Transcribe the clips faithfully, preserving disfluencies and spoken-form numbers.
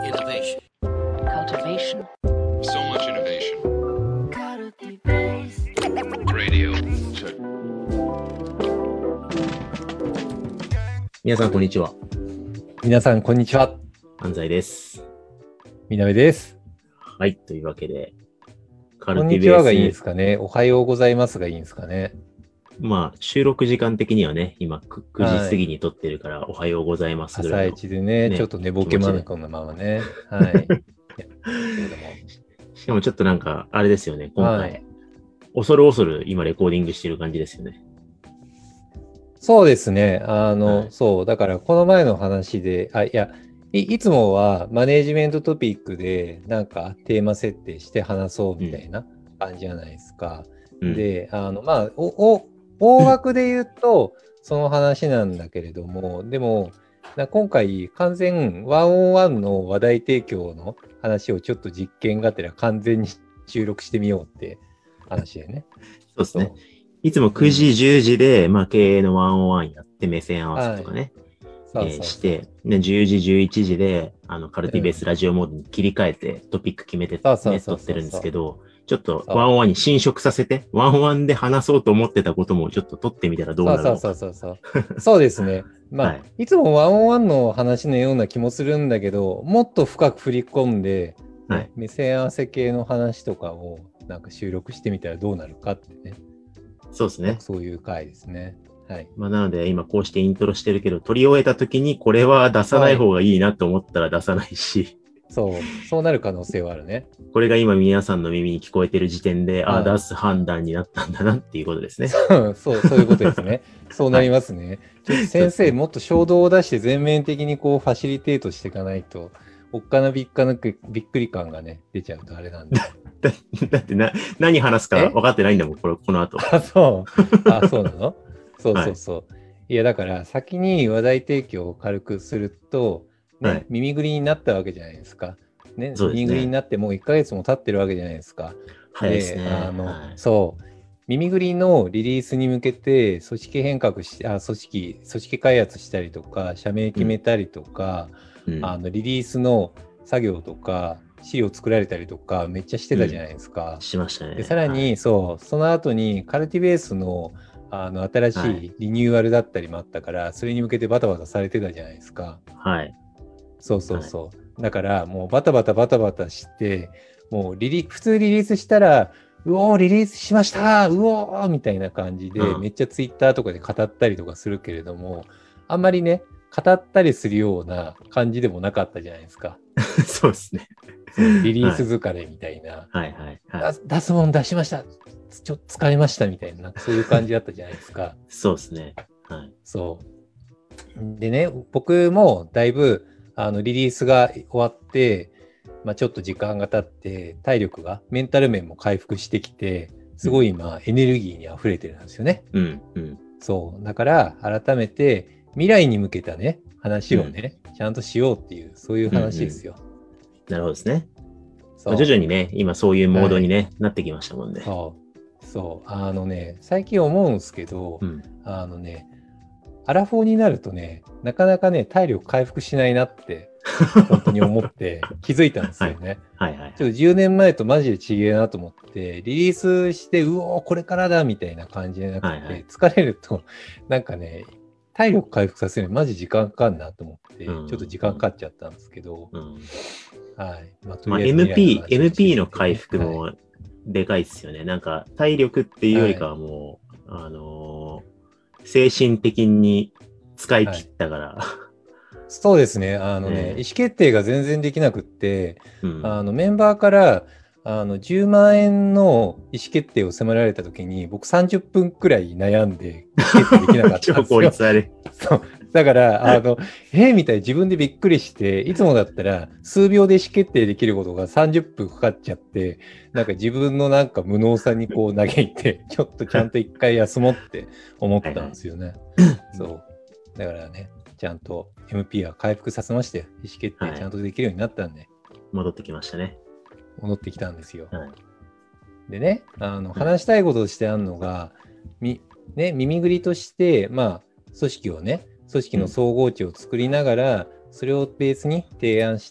Innovation. Cultivation. So much innovation. Radio. Check. 皆さんこんにちは。 皆さんこんにちは。 安西です。 みなべです。 はい、というわけで、 カルティベース。こんにちはがいいんですかね。おはようございますがいいんですかね。 まあ、収録時間的にはね、今くじ過ぎに撮ってるから、はい、おはようございますぐらいの、 朝一でね、ねちょっと寝ぼけまなこのままね。はい。 しかもちょっとなんか、あれですよね、今回、はい、恐る恐る今レコーディングしてる感じですよね。 そうですね。あの、はい、そう、だからこの前の話で、あ、いや、い, いつもはマネージメントトピックでなんかテーマ設定して話そうみたいな感じじゃないですか。うん、で、あの、まあ、お、お、大枠で言うとその話なんだけれども、でも今回完全ワンオンワンの話題提供の話をちょっと実験がてら完全に収録してみようって話でね。 そうですね。いつもくじ、じゅうじで、まあ、経営のワンオンワンやって目線合わせとかね、はい、えー、して、でじゅうじ、じゅういちじであのカルティベースラジオモードに切り替えてトピック決めて、ね、撮ってるんですけど、ちょっとワンオンワンに侵食させて、ワンオンワンで話そうと思ってたこともちょっと撮ってみたらどうなるのか。 そうそうそうそうそう。そうですね。まあ、はい、いつもワンオンワンの話のような気もするんだけど、もっと深く振り込んで、ね、はい、目線合わせ系の話とかをなんか収録してみたらどうなるかってね。 そうですね。 そういう回ですね。はい。 まあ、なので今こうしてイントロしてるけど、撮り終えた時にこれは出さない方がいいなと思ったら出さないし。はい、 そう、そうなる可能性はあるね。 これが今皆さんの耳に聞こえてる時点で、はい、ああ、出す判断になったんだなっていうことですね。 そう、そう、そういうことですね。そうなりますね。はい、ちょっと先生、もっと衝動を出して全面的にこうファシリテートしていかないと、おっかなびっかなくびっくり感がね、出ちゃうとあれなんで。 だ, だってな、何話すか分かってないんだもん、これ、この後。 あ、そう。あ、そうなのそうそうそう。はい、いや、だから先に話題提供を軽くすると、ね、はい、耳ぐりになったわけじゃないですか。ね、 そうですね、 耳ぐりになってもういっかげつも経ってるわけじゃないですか。 はいですね。 あの、 はい、 そう。耳ぐりのリリースに向けて組織変革し、あ、組織、組織開発したりとか、社名決めたりとか、うん、あのリリースの作業とか、資料作られたりとかめっちゃしてたじゃないですか。 うん、しましたね。 でさらに、はい、そう、その後にカルティベースのあの新しいリニューアルだったりもあったから、はい、それに向けてバタバタされてたじゃないですか。 はい。 そうそうそう。はい、だからもうバタバタバタバタして、もうリリ普通リリースしたら、うおーリリースしましたうおーみたいな感じで、うん、めっちゃツイッターとかで語ったりとかするけれども、あんまりね、語ったりするような感じでもなかったじゃないですか。 そうですね。 リリース疲れみたいな。 はいはいはい、はい。 出すもん出しました。ちょっと疲れましたみたいな、そういう感じだったじゃないですか。 そうですね。はい。 そう。でね、僕もだいぶあのリリースが終わって、まあ、ちょっと時間が経って体力がメンタル面も回復してきて、すごい今、うん、エネルギーに溢れてるんですよね。 うんうん。 そう。だから改めて未来に向けたね話をね、うん、ちゃんとしようっていうそういう話ですよ。 うんうん、なるほどですね。まあ、徐々にね、今そういうモードに、ね、はい、なってきましたもんね。 そう。そう。あのね、最近思うんですけど、 うん、あのね、アラフォーになるとね、なかなかね、体力回復しないなって、本当に思って気づいたんですよね。 はい、はいはいはい。 ちょっとじゅうねんまえとマジで違えなと思って、リリースして、うおー、これからだみたいな感じじゃなくて、はいはい、疲れると、なんかね、体力回復させるのにマジ時間かかるなと思って、うん、ちょっと時間かかっちゃったんですけど、うん、はい。 まあ、まあ、エムピー、エムピー の回復もでかいですよね。はい、なんか、体力っていうよりかはもう、はい、あのー、精神的に使い切ったから、はい。 そうですね。あのね、えー、意思決定が全然できなくって、うん、あのメンバーからあのじゅうまんえんの意思決定を迫られたときに、僕さんじゅっぷんくらい悩んで意思決定できなかったんですよ。 超効率悪い。 そう。だから、あの、えー、みたいに自分でびっくりして、いつもだったら数秒で意思決定できることがさんじゅっぷんかかっちゃって、なんか自分のなんか無能さにこう嘆いて、ちょっとちゃんと一回休もうって思ったんですよね。はいはい、そう。だからね、ちゃんと エムピー は回復させまして、意思決定ちゃんとできるようになったんで。はい、 戻ってきましたね。 戻ってきたんですよ。 はい、 でね、あの、話したいこととしてあるのが、み、ね、耳ぐりとして、まあ、組織をね、組織の総合値を作りながら、うん、それをベースに提案していって、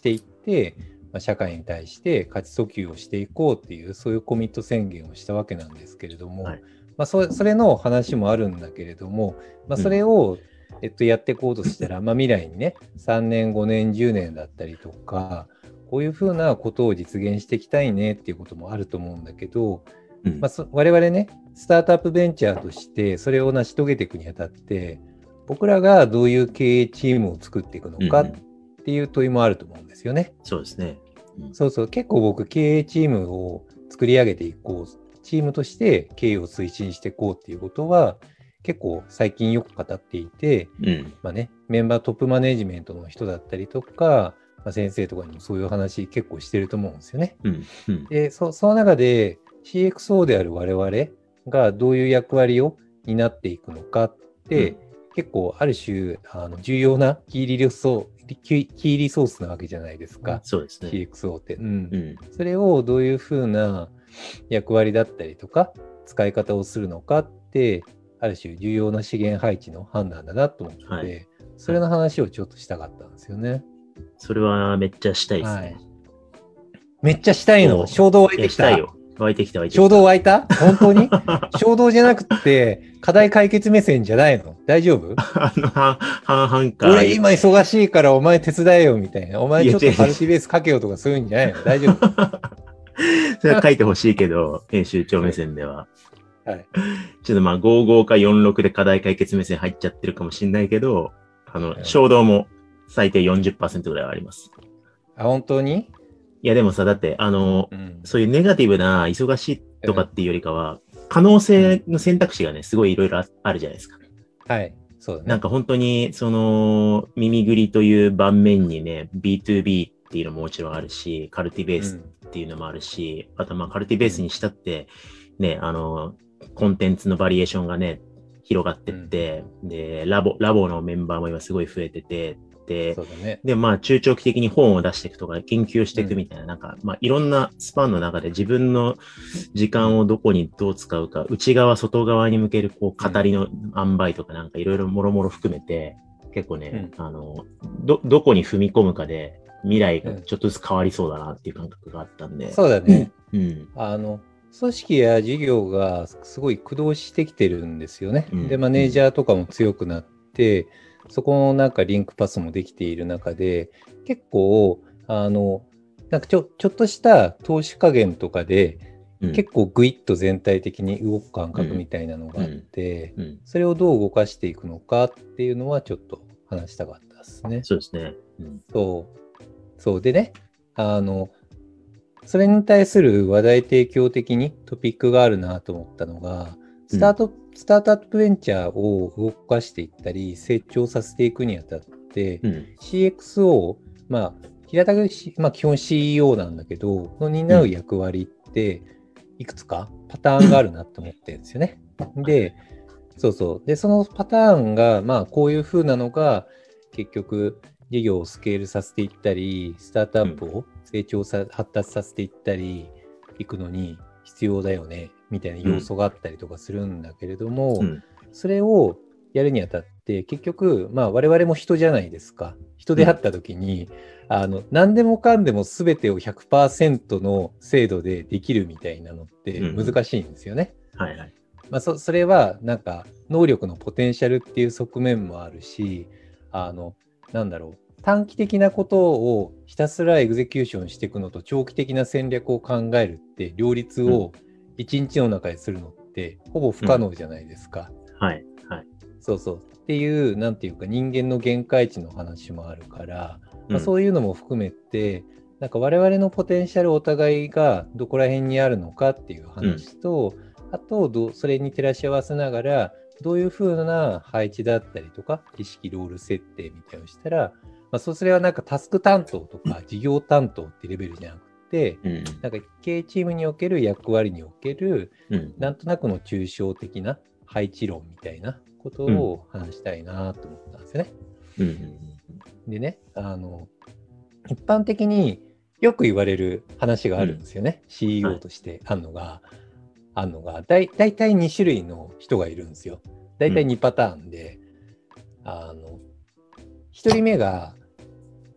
て、まあ、社会に対して価値訴求をしていこうっていうそういうコミット宣言をしたわけなんですけれども、はい、まあ、そ, それの話もあるんだけれども、まあ、それを、うんえっと、やっていこうとしたら、まあ、未来にねさんねんごねんじゅうねんだったりとかこういうふうなことを実現していきたいねっていうこともあると思うんだけど、うんまあ、我々ねスタートアップベンチャーとしてそれを成し遂げていくにあたって僕らがどういう経営チームを作っていくのかっていう問いもあると思うんですよね。 うん、そうですね、 うん、そうそう結構僕経営チームを作り上げていこうチームとして経営を推進していこうっていうことは結構最近よく語っていて、うんまあね、メンバートップマネジメントの人だったりとか、まあ、先生とかにもそういう話結構してると思うんですよね。うんうん、で そ, その中で シーエックスオー である我々がどういう役割を担っていくのかって、うん、結構ある種あの重要なキーリソーキーリソースなわけじゃないですか、 そうですね、 シーエックスオー って、うんうん。それをどういうふうな役割だったりとか使い方をするのかってある種重要な資源配置の判断だなと思って、はい、それの話をちょっとしたかったんですよね。 それはめっちゃしたいですね。はい、 めっちゃしたいの？衝動湧いてきた？ したいよ。湧いてきた湧いてきた。 衝動湧いた？本当に？衝動じゃなくて課題解決目線じゃないの？大丈夫？ あの半々か。 俺今忙しいからお前手伝えよみたいな。お前ちょっとカルティベースかけようとかそういうんじゃないの？大丈夫？ それは書いてほしいけど編集長目線では。 はい、 ちょっとまあごじゅうごかよんじゅうろくで課題解決目線入っちゃってるかもしれないけど、あの、衝動も最低 よんじゅっパーセント ぐらいはあります。 あ、本当に？ いやでもさ、だってあの、うん、そういうネガティブな忙しいとかっていうよりかは、可能性の選択肢がね、すごいいろいろあるじゃないですか。 はい。そうだね。 なんか本当に、その、耳ぐりという盤面にね、ビーツービー っていうのももちろんあるし、カルティベースっていうのもあるし、うん、あとまあカルティベースにしたって、ね、あの、コンテンツのバリエーションがね、広がってって、うん、で、ラボ、ラボのメンバーも今すごい増えてて、で、 そうだね、 で、まあ中長期的に本を出していくとか、研究していくみたいな、うん、なんか、まあいろんなスパンの中で自分の時間をどこにどう使うか、内側、外側に向ける、こう、語りの塩梅とかなんかいろいろもろもろ含めて、結構ね、うん、あの、ど、どこに踏み込むかで、未来がちょっとずつ変わりそうだなっていう感覚があったんで。 そうだね。 うん。 あの、組織や事業がすごい駆動してきてるんですよね。 うん、 で、マネージャーとかも強くなって、うん、そこのなんかリンクパスもできている中で、結構、あの、なんかちょ、ちょっとした投資加減とかで、うん、結構グイッと全体的に動く感覚みたいなのがあって、うんうん、それをどう動かしていくのかっていうのはちょっと話したかったですね。 そうですね。 うん、そう。そうでね、あの、それに対する話題提供的にトピックがあるなと思ったのが、スタート、うん、スタートアップベンチャーを動かしていったり、成長させていくにあたって、うん、シーエックスオー、まあ、平たく、まあ、基本 シーイーオー なんだけど、の担う役割って、いくつかパターンがあるなと思ってるんですよね。で、そうそう。で、そのパターンが、まあ、こういう風なのが、結局、事業をスケールさせていったり、スタートアップを成長さ、うん、発達させていったり、いくのに必要だよね、みたいな要素があったりとかするんだけれども、うん、それをやるにあたって、結局、まあ我々も人じゃないですか。人であった時に、うん、あの、何でもかんでも全てを ひゃくパーセント の精度でできるみたいなのって難しいんですよね。 うん、はいはい。 まあそ、それはなんか能力のポテンシャルっていう側面もあるし、あの、なんだろう。短期的なことをひたすらエグゼキューションしていくのと長期的な戦略を考えるって両立を一日の中でするのってほぼ不可能じゃないですか。 うん、はいはい。 そうそうっていうなんていうか人間の限界値の話もあるから、うんまあ、そういうのも含めてなんか我々のポテンシャルお互いがどこら辺にあるのかっていう話と、うん、あとどそれに照らし合わせながらどういう風な配置だったりとか意識ロール設定みたいなのをしたらまあ、それはなんかタスク担当とか事業担当ってレベルじゃなくて、うん、なんか経営チームにおける役割における、うん、なんとなくの抽象的な配置論みたいなことを話したいなと思ったんですよね。うん、でね、あの一般的によく言われる話があるんですよね。うん、シーイーオー としてあるのが、はい、あるのがだいたいに種類の人がいるんですよ。だいたいにパターンで、うん、あのひとりめが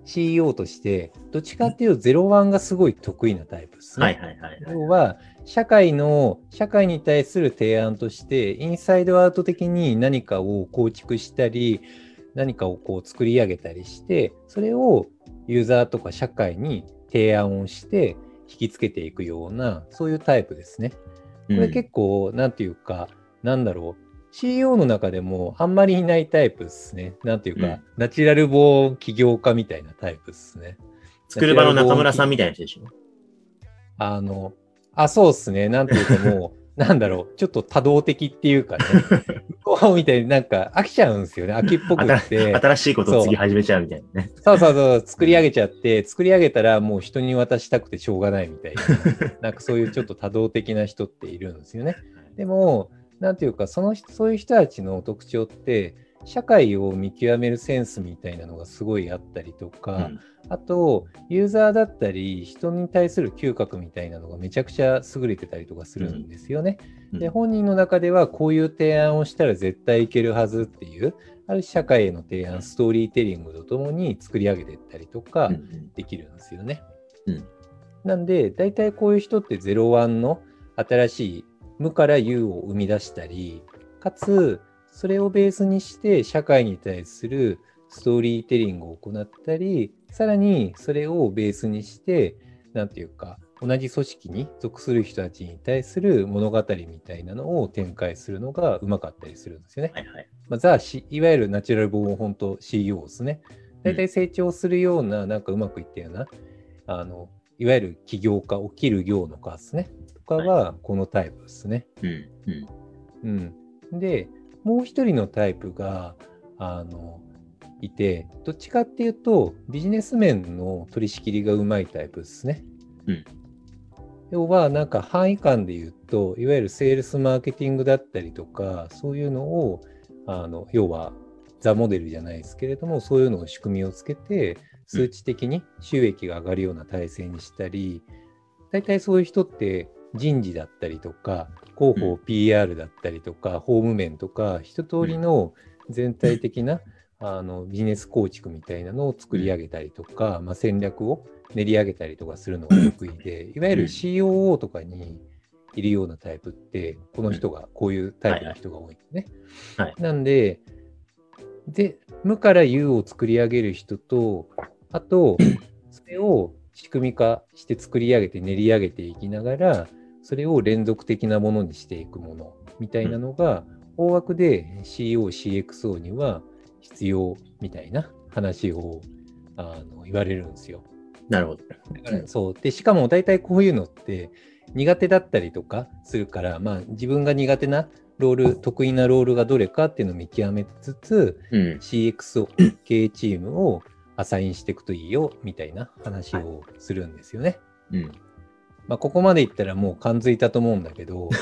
シーイーオー として、どっちかっていうとゼロワンがすごい得意なタイプですね。 はいはいはい、はい。 要は、社会の、社会に対する提案として、インサイドアウト的に何かを構築したり、何かをこう作り上げたりして、それをユーザーとか社会に提案をして引きつけていくような、そういうタイプですね。これ結構、なんていうか、なんだろう。シーイーオー の中でもあんまりいないタイプですね。なんていうか、うん、ナチュラルボーン起業家みたいなタイプですね。 作る場の中村さんみたいな人でしょ？ あの、あ、そうですね。なんていうかもう、なんだろう。ちょっと多動的っていうかね。こうみたいになんか飽きちゃうんですよね。飽きっぽくって。 新しいことを次始めちゃうみたいなね。 そうそうそう。作り上げちゃって、作り上げたらもう人に渡したくてしょうがないみたいな。なんかそういうちょっと多動的な人っているんですよね。でも、なんていうか、そのそういう人たちの特徴って、社会を見極めるセンスみたいなのがすごいあったりとか、うん、あと、ユーザーだったり、人に対する嗅覚みたいなのがめちゃくちゃ優れてたりとかするんですよね。うん、で、本人の中ではこういう提案をしたら絶対いけるはずっていう、ある社会への提案、ストーリーテリングとともに作り上げていったりとかできるんですよね。うん、なんで、大体こういう人ってゼロワンの新しい無から有を生み出したり、かつ、それをベースにして社会に対するストーリーテリングを行ったり、さらにそれをベースにして、なんていうか、同じ組織に属する人たちに対する物語みたいなのを展開するのがうまかったりするんですよね。はいはい。まあ、ザ・いわゆるナチュラルボーン本当 シーイーオー ですね。大体成長するような、なんかうまくいったような、あの、いわゆる起業家、起きる業の家ですね。とかはこのタイプですね。 うんうんうん、で、もう一人のタイプがあのいて、どっちかっていうとビジネス面の取り仕切りがうまいタイプですね。うん、要はなんか範囲感で言うと、いわゆるセールスマーケティングだったりとか、そういうのをあの要はザモデルじゃないですけれども、そういうのを仕組みをつけて数値的に収益が上がるような体制にしたり、大体そういう人って人事だったりとか、広報 ピーアール だったりとか、うん、法務面とか、一通りの全体的な、うん、あのビジネス構築みたいなのを作り上げたりとか、うんまあ、戦略を練り上げたりとかするのが得意で、いわゆる シーオーオー とかにいるようなタイプって、この人が、こういうタイプの人が多いんですね。はいはい、なんで、で、無から有を作り上げる人と、あと、それを仕組み化して作り上げて練り上げていきながら、それを連続的なものにしていくものみたいなのが、大枠で シーイーオー、シーエックスオー には必要みたいな話をあの言われるんですよ。 なるほど。 だからそうで、しかも大体こういうのって苦手だったりとかするから、まあ、自分が苦手なロール、得意なロールがどれかっていうのを見極めつつ、うん、シーエックスオー 系チームをアサインしていくといいよみたいな話をするんですよね。はい、うんまあ、ここまでいったらもう感づいたと思うんだけど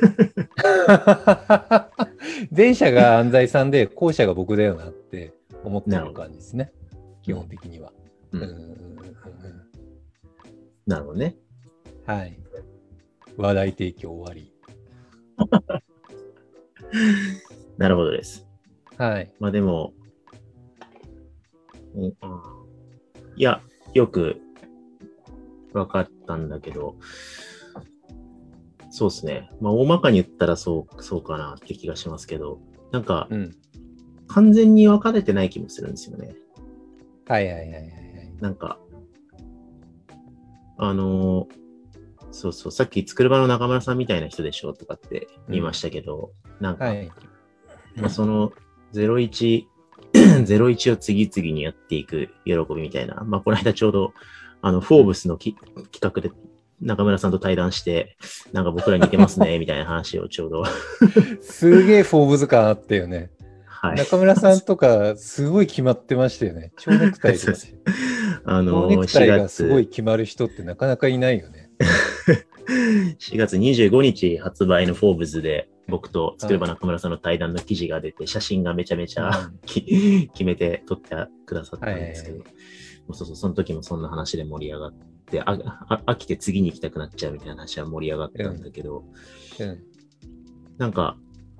前者が安西さんで後者が僕だよなって思ってる感じですね、基本的には、うんうんうんうん、 なるほどね。 はい、話題提供終わりなるほどです。 はい。 まあでもいやよく分かったんだけど、そうですね。まあ、大まかに言ったらそう、そうかなって気がしますけど、なんか、うん、完全に分かれてない気もするんですよね。 はいはいはいはい。 なんか、あのー、そうそう、さっき作る場の中村さんみたいな人でしょとかって言いましたけど、うん、なんか、はい、まあ、そのゼロイチ、ゼロイチを次々にやっていく喜びみたいな、まあ、この間ちょうど、あの、フォーブスのき、うん、企画で中村さんと対談して、なんか僕ら似てますね、みたいな話をちょうど。 すげえフォーブス感あったよね。はい。中村さんとか、すごい決まってましたよね。蝶ネクタイとか。あのー、蝶ネクタイがすごい決まる人ってなかなかいないよね。 しがつにじゅうごにち発売のフォーブスで、僕と作れば中村さんの対談の記事が出て、写真がめちゃめちゃ、うん、決めて撮ってくださったんですけど、はいはいはい、そうそう、その時もそんな話で盛り上がって、ああ飽きて次に行きたくなっちゃうみたいな話は盛り上がったんだけど、うんうん、なんか、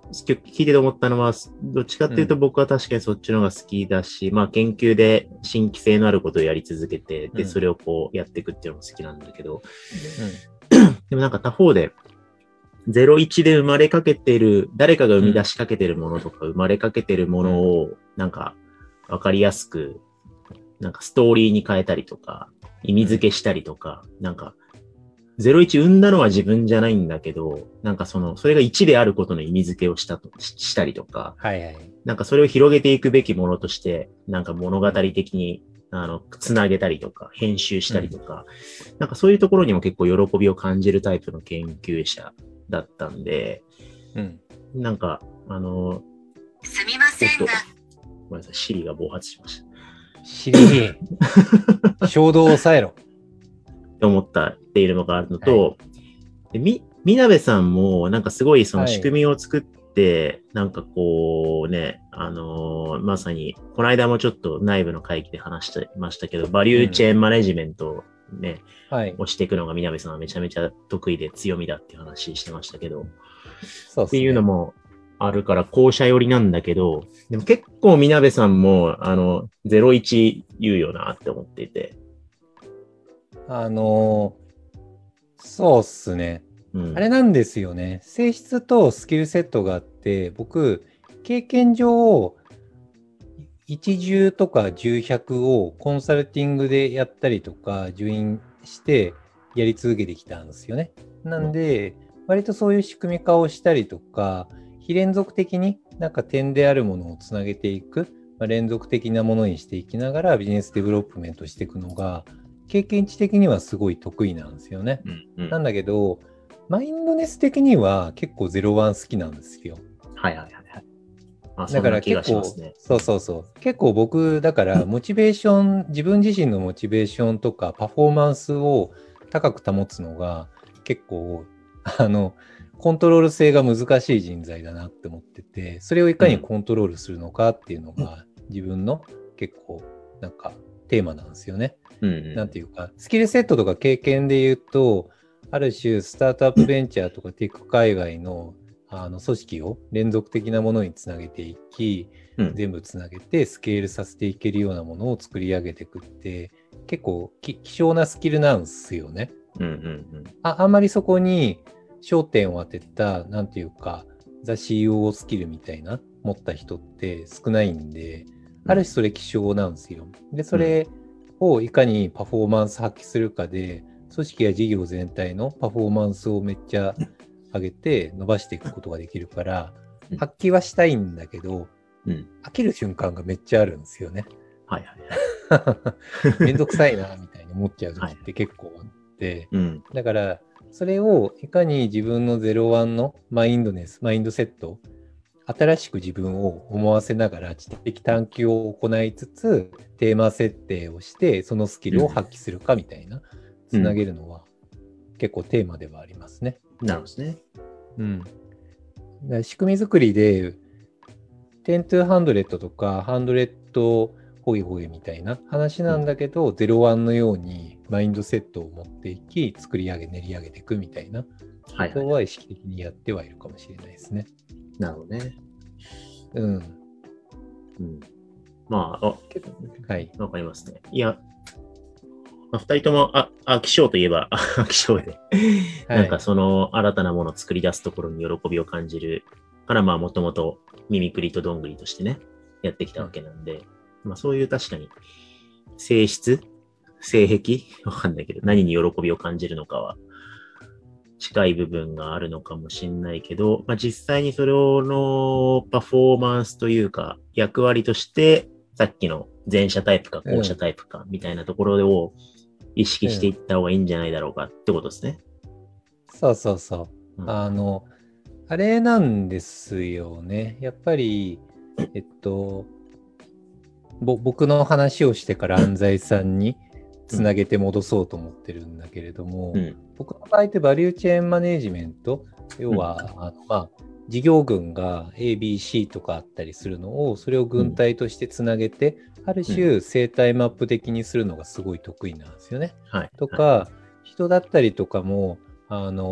聞いてて思ったのは、どっちかっていうと僕は確かにそっちの方が好きだし、うん、まあ研究で新規性のあることをやり続けて、で、それをこうやっていくっていうのも好きなんだけど、うん、でもなんか他方で、ゼロイチで生まれかけてる、誰かが生み出しかけてるものとか、生まれかけてるものを、なんか、わかりやすく、なんかストーリーに変えたりとか、意味付けしたりとか、なんか、ゼロイチ生んだのは自分じゃないんだけど、なんかその、それがいちであることの意味付けをしたと、し, したりとか、 はいはい。 なんかそれを広げていくべきものとして、なんか物語的に、あの、つなげたりとか、編集したりとか、うん、なんかそういうところにも結構喜びを感じるタイプの研究者だったんで、うん、なんか、あの、 すみませんが。 ごめんなさい、シリが暴発しました。 シリ、衝動を抑えろ。 と思ったっているのがあるのと、はい、でみ、みなべさんも、なんかすごいその仕組みを作って、はい、なんかこうね、あのー、まさに、この間もちょっと内部の会議で話してましたけど、バリューチェーンマネジメントをね、うん、はい、をしていくのがみなべさんはめちゃめちゃ得意で強みだっていう話してましたけど、そうですね、っていうのもあるから後者寄りなんだけど、でも結構みなべさんも、あの、ゼロイチ言うよなって思っていて。 あのー、そうっすね、うん。あれなんですよね。性質とスキルセットがあって、僕、経験上、一重とか十百をコンサルティングでやったりとか、受印してやり続けてきたんですよね。なんで、うん、割とそういう仕組み化をしたりとか、非連続的になんか点であるものをつなげていく、まあ、連続的なものにしていきながらビジネスデベロップメントしていくのが、経験値的にはすごい得意なんですよね。うんうん、なんだけど、マインドネス的には結構ゼロワン好きなんですよ。 はいはいはいはい。あ、 だから結構、ね、そうそうそう。結構僕、だからモチベーション、自分自身のモチベーションとかパフォーマンスを高く保つのが結構、あの、コントロール性が難しい人材だなって思ってて、それをいかにコントロールするのかっていうのが自分の結構なんかテーマなんですよね。うんうん、なんていうか、スキルセットとか経験で言うと、ある種スタートアップベンチャーとかテック界隈のあの組織を連続的なものにつなげていき、うん、全部つなげてスケールさせていけるようなものを作り上げていくって結構希少なスキルなんですよね。うんうんうん、あ, あんまりそこに焦点を当てたなんていうかザ シーイーオー スキルみたいな持った人って少ないんで、うん、ある種それ希少なんですよ。でそれをいかにパフォーマンス発揮するかで組織や事業全体のパフォーマンスをめっちゃ上げて伸ばしていくことができるから、うん、発揮はしたいんだけど、うん、飽きる瞬間がめっちゃあるんですよね。 はいはいはい。 めんどくさいなみたいに思っちゃう時って結構あって、はい、だからそれをいかに自分のゼロワンのマインドネス、マインドセット、新しく自分を思わせながら知的探求を行いつつ、テーマ設定をしてそのスキルを発揮するかみたいな、つなげるのは結構テーマではありますね。 なるほどね。 うん。だから仕組み作りで、テントゥハンドレットとか、ハンドレットホイホイみたいな話なんだけど、うん、ゼロワンのようにマインドセットを持っていき、作り上げ、練り上げていくみたいなことは意識的にやってはいるかもしれないですね。 なるほどね。 うん。 うん、まあ、あ、はい。わかりますね。いや、まあ、二人とも、あ、飽き性といえば飽き性で、はい、なんかその新たなものを作り出すところに喜びを感じるから、まあもともとミミクリとどんぐりとしてね、やってきたわけなんで、うん、まあそういう確かに性質、性癖わかんないけど、何に喜びを感じるのかは近い部分があるのかもしれないけど、まあ実際にそれのパフォーマンスというか役割として、さっきの前者タイプか後者タイプかみたいなところを、うん意識していった方がいいんじゃないだろうかってことですね。 うん、そうそうそう。うん、あの、あれなんですよね。やっぱり、えっと、ぼ僕の話をしてから安西さんにつなげて戻そうと思ってるんだけれども、うん、僕の場合ってバリューチェーンマネジメント、要は、うん、あのまあ、事業群が エービーシー とかあったりするのを、それを群体としてつなげて、うん、ある種生態マップ的にするのがすごい得意なんですよね。 はい、 とか、はい、人だったりとかも、あの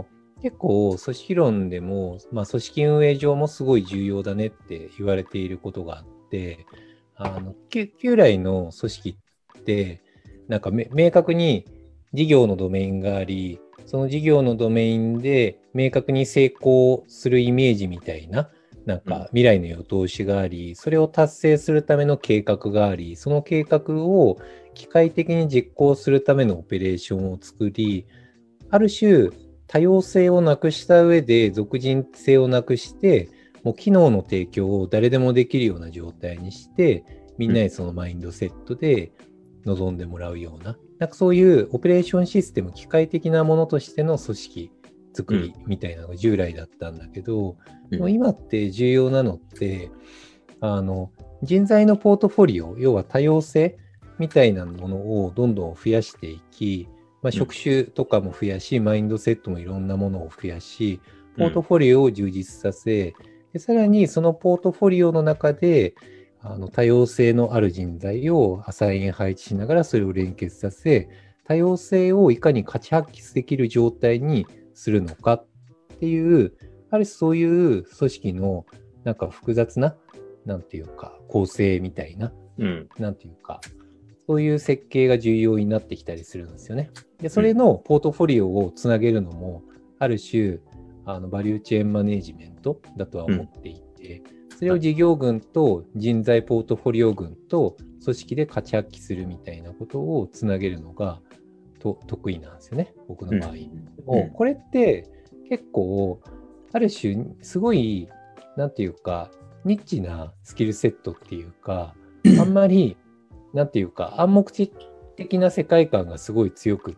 結構組織論でも、まあ、組織運営上もすごい重要だねって言われていることがあって、あの旧旧来の組織ってなんか明確に事業のドメインがあり、その事業のドメインで明確に成功するイメージみたいな、なんか未来の予通しがあり、それを達成するための計画があり、その計画を機械的に実行するためのオペレーションを作り、ある種多様性をなくした上で属人性をなくして、もう機能の提供を誰でもできるような状態にして、みんなにそのマインドセットで臨んでもらうような、なんかそういうオペレーションシステム、機械的なものとしての組織作りみたいなのが従来だったんだけど、うん、もう今って重要なのって、あの人材のポートフォリオ、要は多様性みたいなものをどんどん増やしていき、まあ、職種とかも増やし、うん、マインドセットもいろんなものを増やし、ポートフォリオを充実させ、でさらにそのポートフォリオの中であの多様性のある人材をアサイン配置しながらそれを連結させ、多様性をいかに価値発揮できる状態にするのかっていう、ある種そういう組織のなんか複雑な、なんていうか構成みたいな、うん、なんていうか、そういう設計が重要になってきたりするんですよね。で、それのポートフォリオをつなげるのも、ある種、あのバリューチェーンマネジメントだとは思っていて、うん、それを事業群と人材ポートフォリオ群と組織で価値発揮するみたいなことをつなげるのがと得意なんですよね、僕の場合。うん、でもこれって結構、ある種、すごい、なんていうか、ニッチなスキルセットっていうか、あんまり、なんていうか、暗黙的な世界観がすごい強くって、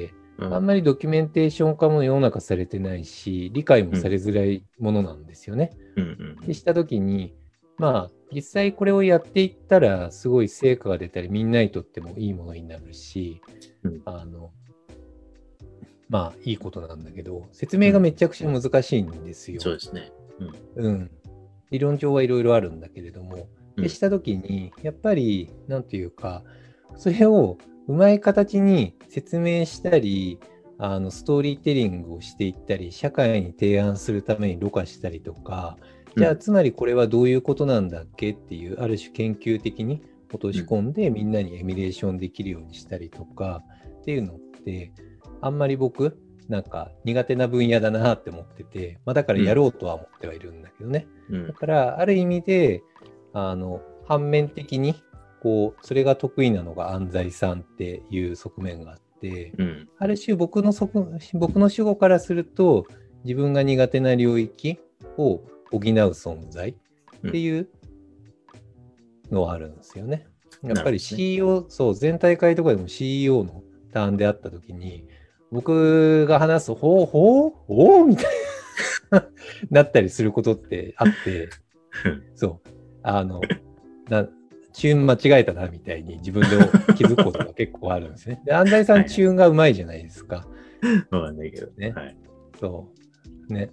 うん、あんまりドキュメンテーション化も世の中されてないし、理解もされづらいものなんですよね。うんうんうん、でしたときに、まあ、実際これをやっていったら、すごい成果が出たり、みんなにとってもいいものになるし、うん、あの、まあ、いいことなんだけど、説明がめちゃくちゃ難しいんですよ。 うん、そうですね。 うん。うん。理論上はいろいろあるんだけれども、でしたときに、やっぱり、なんていうか、それをうまい形に説明したり、あのストーリーテリングをしていったり、社会に提案するためにろ過したりとか、じゃあつまりこれはどういうことなんだっけっていう、ある種研究的に落とし込んでみんなにエミュレーションできるようにしたりとかっていうのって、あんまり僕、なんか苦手な分野だなって思ってて、まあ、だからやろうとは思ってはいるんだけどね。うん、だからある意味で、あの反面的にこうそれが得意なのが安西さんっていう側面があって、うん、ある種僕の僕の主語からすると自分が苦手な領域を補う存在っていうのはあるんですよね。やっぱり シーイーオー、そう全体会とかでも シーイーオー のターンであった時に僕が話すほうほうほうみたいななったりすることってあってそうあのなチューン間違えたなみたいに自分で気づくことが結構あるんですね。で安西さんチューンがうまいじゃないですか。 そうなんだけどね。 はい、 そうね。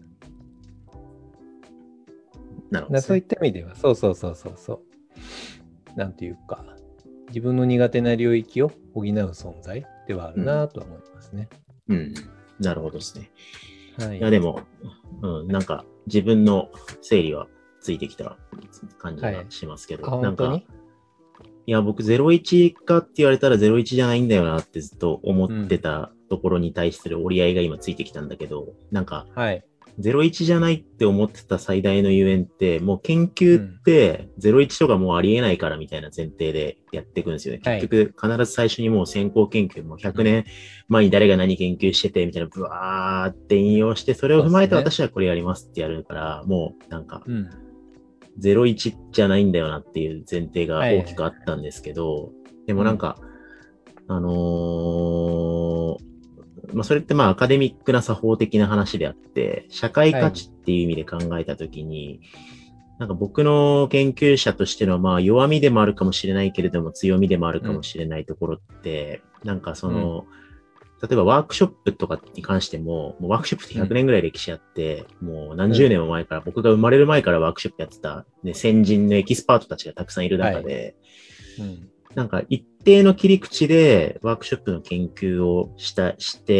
なるほど、ね、 そういった意味ではそうそうそうそうそうなんていうか自分の苦手な領域を補う存在ではあるなとは思いますね。 うん、うん、なるほどですね。はい、いやでも、うん、なんか自分の整理はついてきた感じがしますけど、はい、なんかいや僕ゼロイチかって言われたらゼロイチじゃないんだよなってずっと思ってたところに対する折り合いが今ついてきたんだけど、なんか、はい、ゼロイチじゃないって思ってた最大のゆえんって、もう研究ってゼロイチとかもうありえないからみたいな前提でやっていくんですよね。はい、結局必ず最初にもう先行研究もひゃくねんまえに誰が何研究しててみたいなブワーって引用して、それを踏まえて私はこれやりますってやるから、もうなんか、うんゼロイチじゃないんだよなっていう前提が大きくあったんですけど、はいはい、でもなんか、うん、あのー、まあ、それってまあアカデミックな作法的な話であって、社会価値っていう意味で考えたときに、はい、なんか僕の研究者としてのまあ弱みでもあるかもしれないけれども強みでもあるかもしれないところって、うん、なんかその、うん例えばワークショップとかに関しても、もうワークショップってひゃくねんぐらい歴史あって、うん、もう何十年も前から、うん、僕が生まれる前からワークショップやってた、ね、先人のエキスパートたちがたくさんいる中で、はいうん、なんか一定の切り口でワークショップの研究をした、して、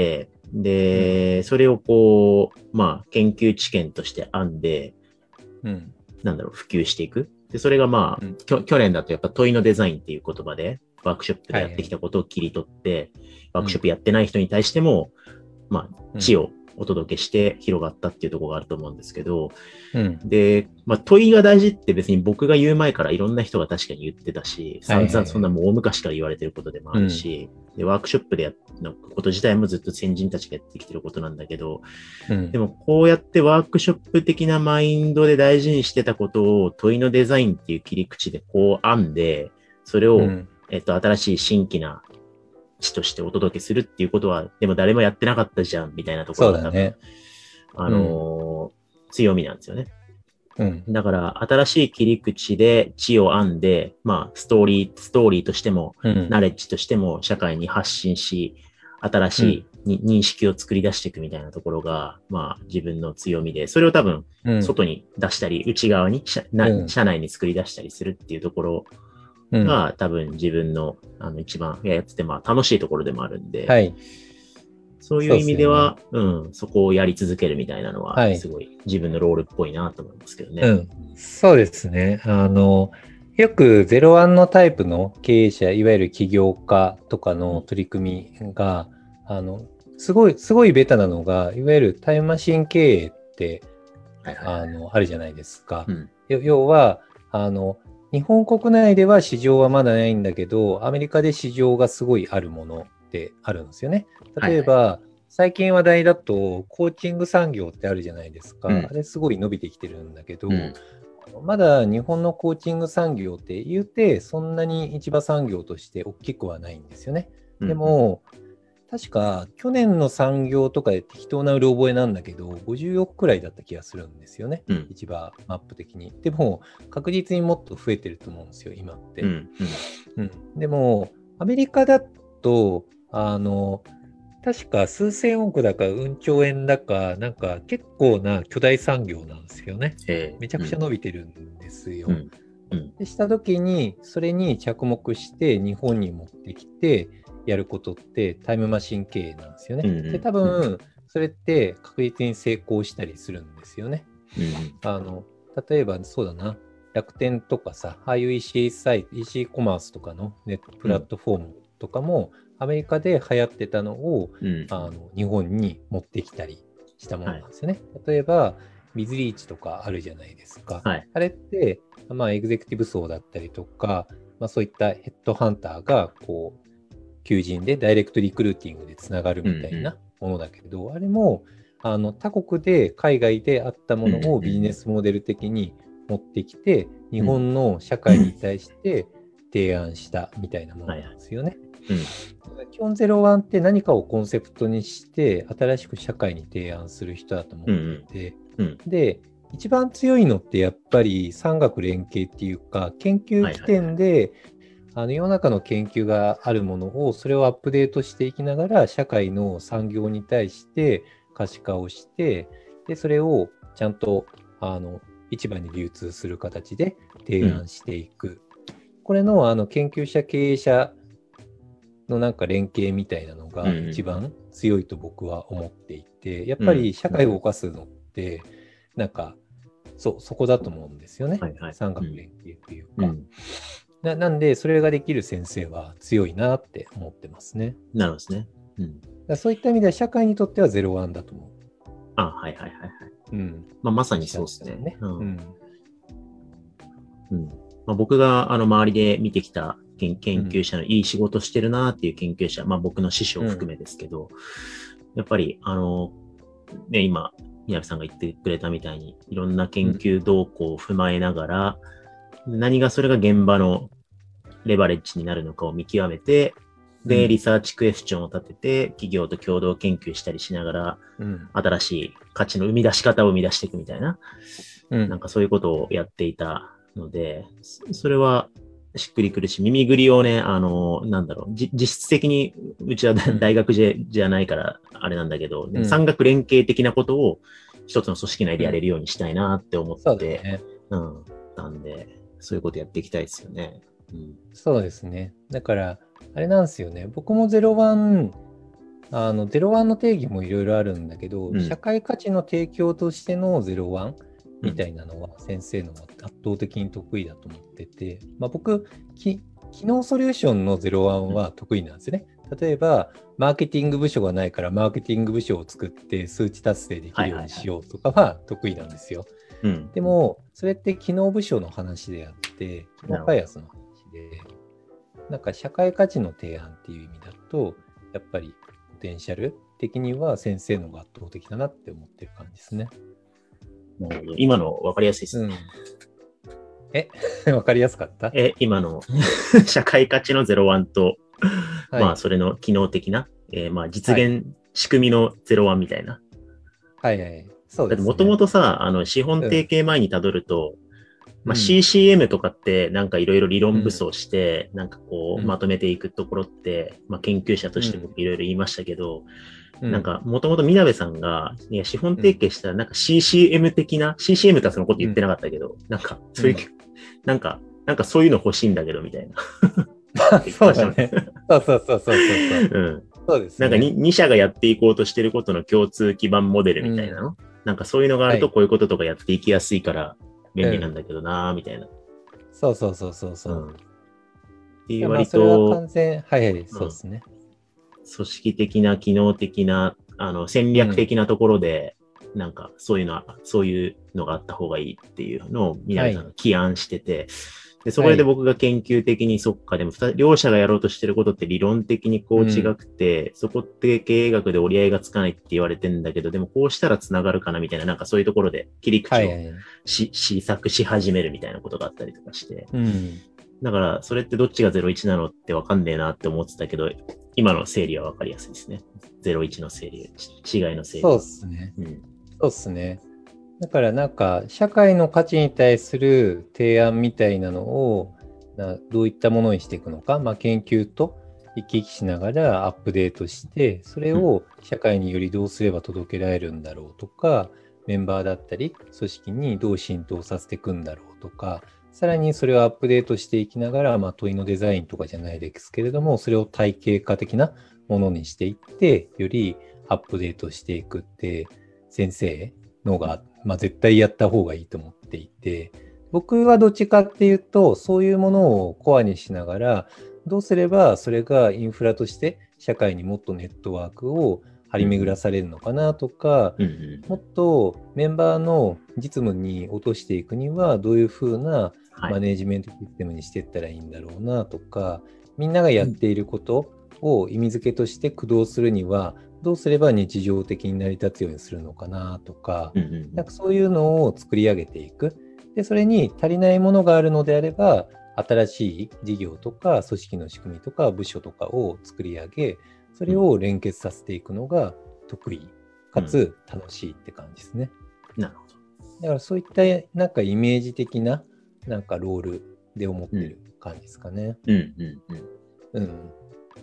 で、うん、それをこう、まあ、研究知見として編んで、うん、なんだろう、普及していく。で、それがまあ、うん、去年だとやっぱ問いのデザインっていう言葉で、ワークショップでやってきたことを切り取って、はいはい、ワークショップやってない人に対しても、うん、まあ、知をお届けして広がったっていうところがあると思うんですけど、うん、で、まあ、問いが大事って別に僕が言う前からいろんな人が確かに言ってたし、散々そんなもう大昔から言われてることでもあるし、うん、でワークショップでやのこと自体もずっと先人たちがやってきてることなんだけど、うん、でもこうやってワークショップ的なマインドで大事にしてたことを問いのデザインっていう切り口でこう編んで、それを、うん、えっと、新しい新規な知としてお届けするっていうことは、でも誰もやってなかったじゃん、みたいなところが多分、ね、あのーうん、強みなんですよね。うん、だから、新しい切り口で知を編んで、まあ、ストーリー、ストーリーとしても、うん、ナレッジとしても社会に発信し、新しい、うん、認識を作り出していくみたいなところが、まあ、自分の強みで、それを多分、外に出したり、内側に社、うん、社内に作り出したりするっていうところが、うん、多分自分のあの一番やっててまあ楽しいところでもあるんで、はい、そういう意味ではそ う、ね、うん、そこをやり続けるみたいなのはすごい自分のロールっぽいなと思いますけどね。 うん、そうですね。あのよくゼロワンのタイプの経営者、いわゆる起業家とかの取り組みが、うん、あのすごいすごいベタなのが、いわゆるタイムマシン経営って、はいはいはい、あのあるじゃないですか。うん、要はあの日本国内では市場はまだないんだけど、アメリカで市場がすごいあるものってあるんですよね。例えば、はいはい、最近話題だと、コーチング産業ってあるじゃないですか。うん、あれすごい伸びてきてるんだけど、うん、まだ日本のコーチング産業って言うて、そんなに市場産業として大きくはないんですよね。でも、うんうん確か去年の産業とかで適当なうる覚えなんだけど、ごじゅうおくくらいだった気がするんですよね。うん、市場マップ的に。でも、確実にもっと増えてると思うんですよ、今って。うんうんうん、でも、アメリカだと、あの、確か数千億だか、うん兆円だか、なんか結構な巨大産業なんですよね。えー、めちゃくちゃ伸びてるんですよ。うんうん、でしたときに、それに着目して日本に持ってきて、やることってタイムマシン経営なんですよね。うんうん、で、多分、それって確実に成功したりするんですよね。うんうん、あの例えば、そうだな、楽天とかさ、ああいう イーシー サイト、イーシー コマースとかのネットプラットフォームとかも、アメリカで流行ってたのを、うん、あの日本に持ってきたりしたものなんですよね。はい、例えば、ビズリーチとかあるじゃないですか。はい、あれって、まあ、エグゼクティブ層だったりとか、まあ、そういったヘッドハンターが、こう、求人でダイレクトリクルーティングでつながるみたいなものだけど、うんうん、あれもあの他国で海外であったものをビジネスモデル的に持ってきて、うんうん、日本の社会に対して提案したみたいなものなんですよね。うん、基本ゼロワンって何かをコンセプトにして新しく社会に提案する人だと思っていて、うんうん、で一番強いのってやっぱり産学連携っていうか研究起点で、はいはいはい、あの世の中の研究があるものをそれをアップデートしていきながら社会の産業に対して可視化をしてでそれをちゃんとあの市場に流通する形で提案していく、うん、これのあの研究者経営者のなんか連携みたいなのが一番強いと僕は思っていて、やっぱり社会を動かすのってなんか そ, そこだと思うんですよね、はいはい、産学連携っていうか、うん、な, なんでそれができる先生は強いなって思ってますね。 なるほどですね、うん、 だそういった意味では社会にとってはゼロワンだと思う。 あ、はいはいはいはい、うんまあ、まさにそうですね、ね、うんうんうんまあ、僕があの周りで見てきた研究者のいい仕事してるなっていう研究者、うん、まあ僕の師匠含めですけど、うん、やっぱりあの、ね、今、宮部さんが言ってくれたみたいに、いろんな研究動向を踏まえながら、うん、何がそれが現場のレバレッジになるのかを見極めて、で、リサーチクエスチョンを立てて、企業と共同研究したりしながら、うん、新しい価値の生み出し方を生み出していくみたいな、うん、なんかそういうことをやっていたので、それは、しっくりくるし、耳ぐりをね、あの、なんだろう、実質的に、うちは大学じゃ、うん、じゃないから、あれなんだけど、うん、産学連携的なことを一つの組織内でやれるようにしたいなって思って、うん、うん、なんで、そういうことやっていきたいですよね。うん、 そうですね。だから、あれなんですよね。僕もゼロワンあのゼロワンの定義もいろいろあるんだけど、 うん、 社会価値の提供としてのゼロワンみたいなのは先生のは圧倒的に得意だと思ってて、まあ、僕き機能ソリューションのゼロワンは得意なんですね。例えばマーケティング部署がないからマーケティング部署を作って数値達成できるようにしようとかは得意なんですよ。 うん、 でもそれって機能部署の話であって機能開発の話で、なんか社会価値の提案っていう意味だとやっぱりポテンシャル的には先生の方が圧倒的だなって思ってる感じですね。 なるほど。今の分かりやすいですね。 うん、え分かりやすかった？ え、今の社会価値のゼロワンと、はい、まあそれの機能的な、えー、まあ実現仕組みのゼロワンみたいな。 はいはい。そうですね。 もともとさ、あの資本提携前にたどると、うん、まあ、シーシーエム とかってなんかいろいろ理論武装して、うん、なんかこうまとめていくところって、うん、まあ研究者として僕いろいろ言いましたけど、うん、なんかもともとみなべさんが、いや資本提携したらなんか シーシーエム 的な、うん、シーシーエム ってそのこと言ってなかったけど、うん、なんかそういう、うん、なんか、なんかそういうの欲しいんだけどみたいな。 そうだね。そうそうそうそうそう。 うん。 そうですね。 なんか 2, に社がやっていこうとしてることの共通基盤モデルみたいなの、うん、なんかそういうのがあるとこういうこととかやっていきやすいから便利なんだけどなーみたいな、うん。 そうそうそうそうそう。うん、 っていう割と、 まあ、それは完全、はいはい、そうですね。 組織的な、機能的な、あの戦略的なところで、うん、なんかそういうのは、そういうのがあった方がいいっていうのを皆さんが起案してて、はい、でそこで僕が研究的に、そっか、でも両者がやろうとしてることって理論的にこう違くて、うん、そこって経営学で折り合いがつかないって言われてんだけど、でもこうしたら繋がるかなみたいな、なんかそういうところで切り口をし、はいはい、試作し始めるみたいなことがあったりとかして、うん、だからそれってどっちがゼロイチなのってわかんねえなって思ってたけど、今の整理はわかりやすいですね。ゼロイチの整理、違いの整理。 そうですね。うん、そうですね。だからなんか社会の価値に対する提案みたいなのをなどういったものにしていくのか、まあ、研究と行き来しながらアップデートしてそれを社会によりどうすれば届けられるんだろうとか、メンバーだったり組織にどう浸透させていくんだろうとか、さらにそれをアップデートしていきながら、まあ、問いのデザインとかじゃないですけれども、それを体系化的なものにしていってよりアップデートしていくって先生のがまあ、絶対やった方がいいと思っていて、僕はどっちかっていうとそういうものをコアにしながらどうすればそれがインフラとして社会にもっとネットワークを張り巡らされるのかなとか、うんうん、もっとメンバーの実務に落としていくにはどういうふうなマネジメントシステムにしていったらいいんだろうなとか、はい、みんながやっていることを意味付けとして駆動するにはどうすれば日常的に成り立つようにするのかなとか、うんうん、なんかそういうのを作り上げていく。で、それに足りないものがあるのであれば、新しい事業とか組織の仕組みとか部署とかを作り上げ、それを連結させていくのが得意かつ楽しいって感じですね。 うん、なるほど。 だからそういったなんかイメージ的ななんかロールで思ってる感じですかね。 うんうんうん。うん。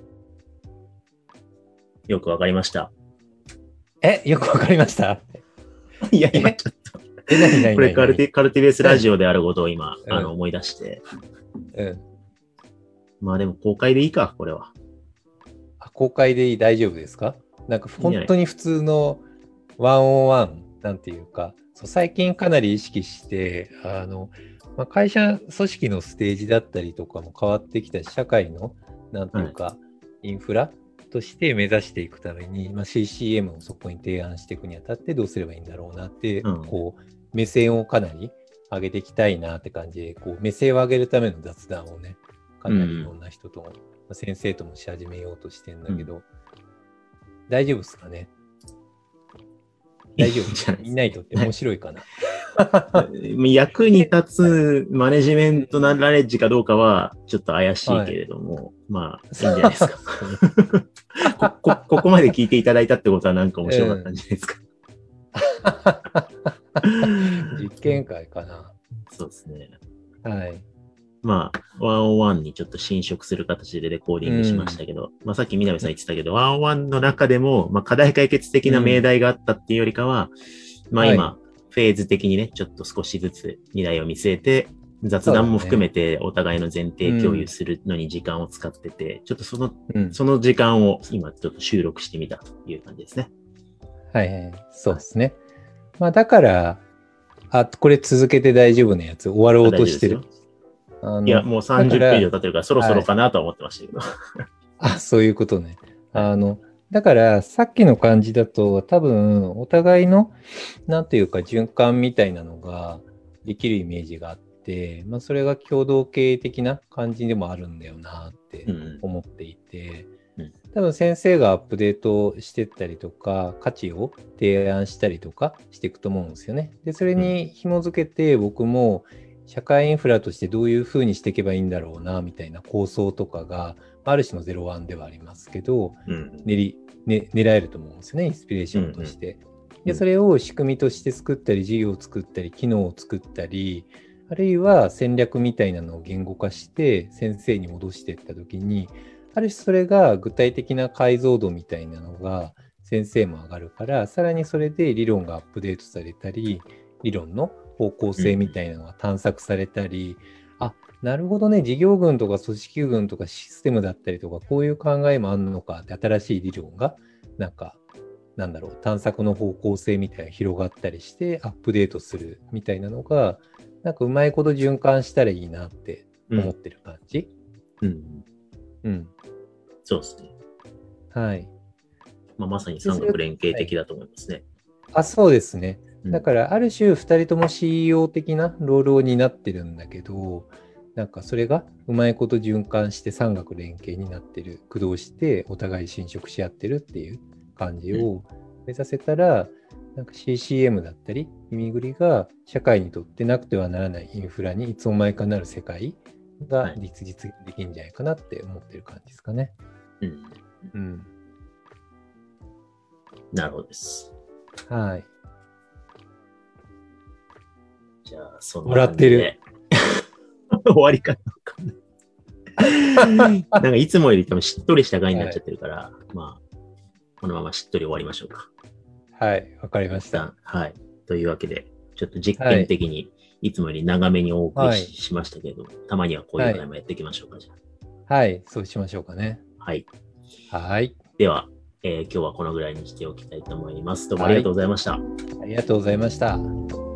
よくわかりました。 え、よくわかりましたいや、今ちょっと。 え、何何これカルティ、カルティベースラジオであることを今、うん、あの思い出して。 うん。 まあでも公開でいいか、これは。 あ、公開でいい、大丈夫ですか？なんか本当に普通のワンオンワンなんていうか、そう最近かなり意識して、あの、まあ、会社組織のステージだったりとかも変わってきた社会の、なんていうか、はい、インフラとして目指していくために、まあ、シーシーエム をそこに提案していくにあたってどうすればいいんだろうなって、うん、こう目線をかなり上げていきたいなって感じで、こう目線を上げるための雑談をね、かなりいろんな人とも、うん、先生ともし始めようとしてんだけど、うん、大丈夫ですかね？大丈夫？みんなにとって面白いかな？ 役に立つマネジメントナレッジかどうかはちょっと怪しいけれども、はい、まあいいんじゃないですかこ, こ, ここまで聞いていただいたってことはなんか面白かったんじゃないですか、 うん、実験会かな。 そうですね。 はい。 まあワンオンワンにちょっと侵食する形でレコーディングしましたけど、うん、まあさっき南さん言ってたけど、ワンオンワンの中でも、まあ、課題解決的な命題があったっていうよりかは、うん、まあ今、はい、フェーズ的にね、ちょっと少しずつ未来を見据えて、 雑談も含めてお互いの前提共有するのに時間を使ってて、うん、ちょっとその、うん、その時間を今ちょっと収録してみたという感じですね。 はいはい。そうですね。まあだから、あ、これ続けて大丈夫なやつ終わろうとしてる。 あのいや、もうさんじゅっぷん以上経ってるからそろそろかなとは思ってましたけど。はい、 あ、そういうことね。あの、だからさっきの感じだと多分お互いのなんていうか循環みたいなのができるイメージがあって、まあそれが共同経営的な感じでもあるんだよなって思っていて、うんうん、多分先生がアップデートしてったりとか価値を提案したりとかしていくと思うんですよね。で、それに紐づけて僕も社会インフラとしてどういうふうにしていけばいいんだろうなみたいな構想とかがある種のゼロワンではありますけど、うん、練り、ね、狙えると思うんですよね、インスピレーションとして。うんうん、でそれを仕組みとして作ったり、事業を作ったり、機能を作ったり、あるいは戦略みたいなのを言語化して先生に戻していったときに、ある種それが具体的な解像度みたいなのが先生も上がるから、さらにそれで理論がアップデートされたり、理論の方向性みたいなのが探索されたり、うん、あ、なるほどね、事業群とか組織群とかシステムだったりとか、こういう考えもあるのかって新しい理論が、なんか、なんだろう、探索の方向性みたいなのが広がったりして、アップデートするみたいなのが、なんかうまいこと循環したらいいなって思ってる感じ。 うん。うん。うん、そうですね。 はい。 まあ、まさに三角連携的だと思いますね。 はい、あ、そうですね。だからある種ふたりとも シーイーオー 的なロールを担ってるんだけど、なんかそれがうまいこと循環して三角連携になってる、駆動してお互い侵食し合ってるっていう感じを目指せたら、うん、なんか シーシーエム だったり耳ぐりが社会にとってなくてはならないインフラにいつの間にかなる世界が実現できるんじゃないかなって思ってる感じですかね。 うん。うん。なるほどです。 はい。 じゃあ、その感じで。 笑ってる。 終わりかな。なんかいつもより多分しっとりした回になっちゃってるから、はい、まあ、このまましっとり終わりましょうか。 はい、わかりました。 はい。というわけで、ちょっと実験的にいつもより長めにお送り し,、はい、しましたけど、たまにはこういう回もやっていきましょうか、はい、じゃあ。はい、そうしましょうかね。 はい。 はい。 では、えー、今日はこのぐらいにしておきたいと思います。どうもありがとうございました。はい、 ありがとうございました。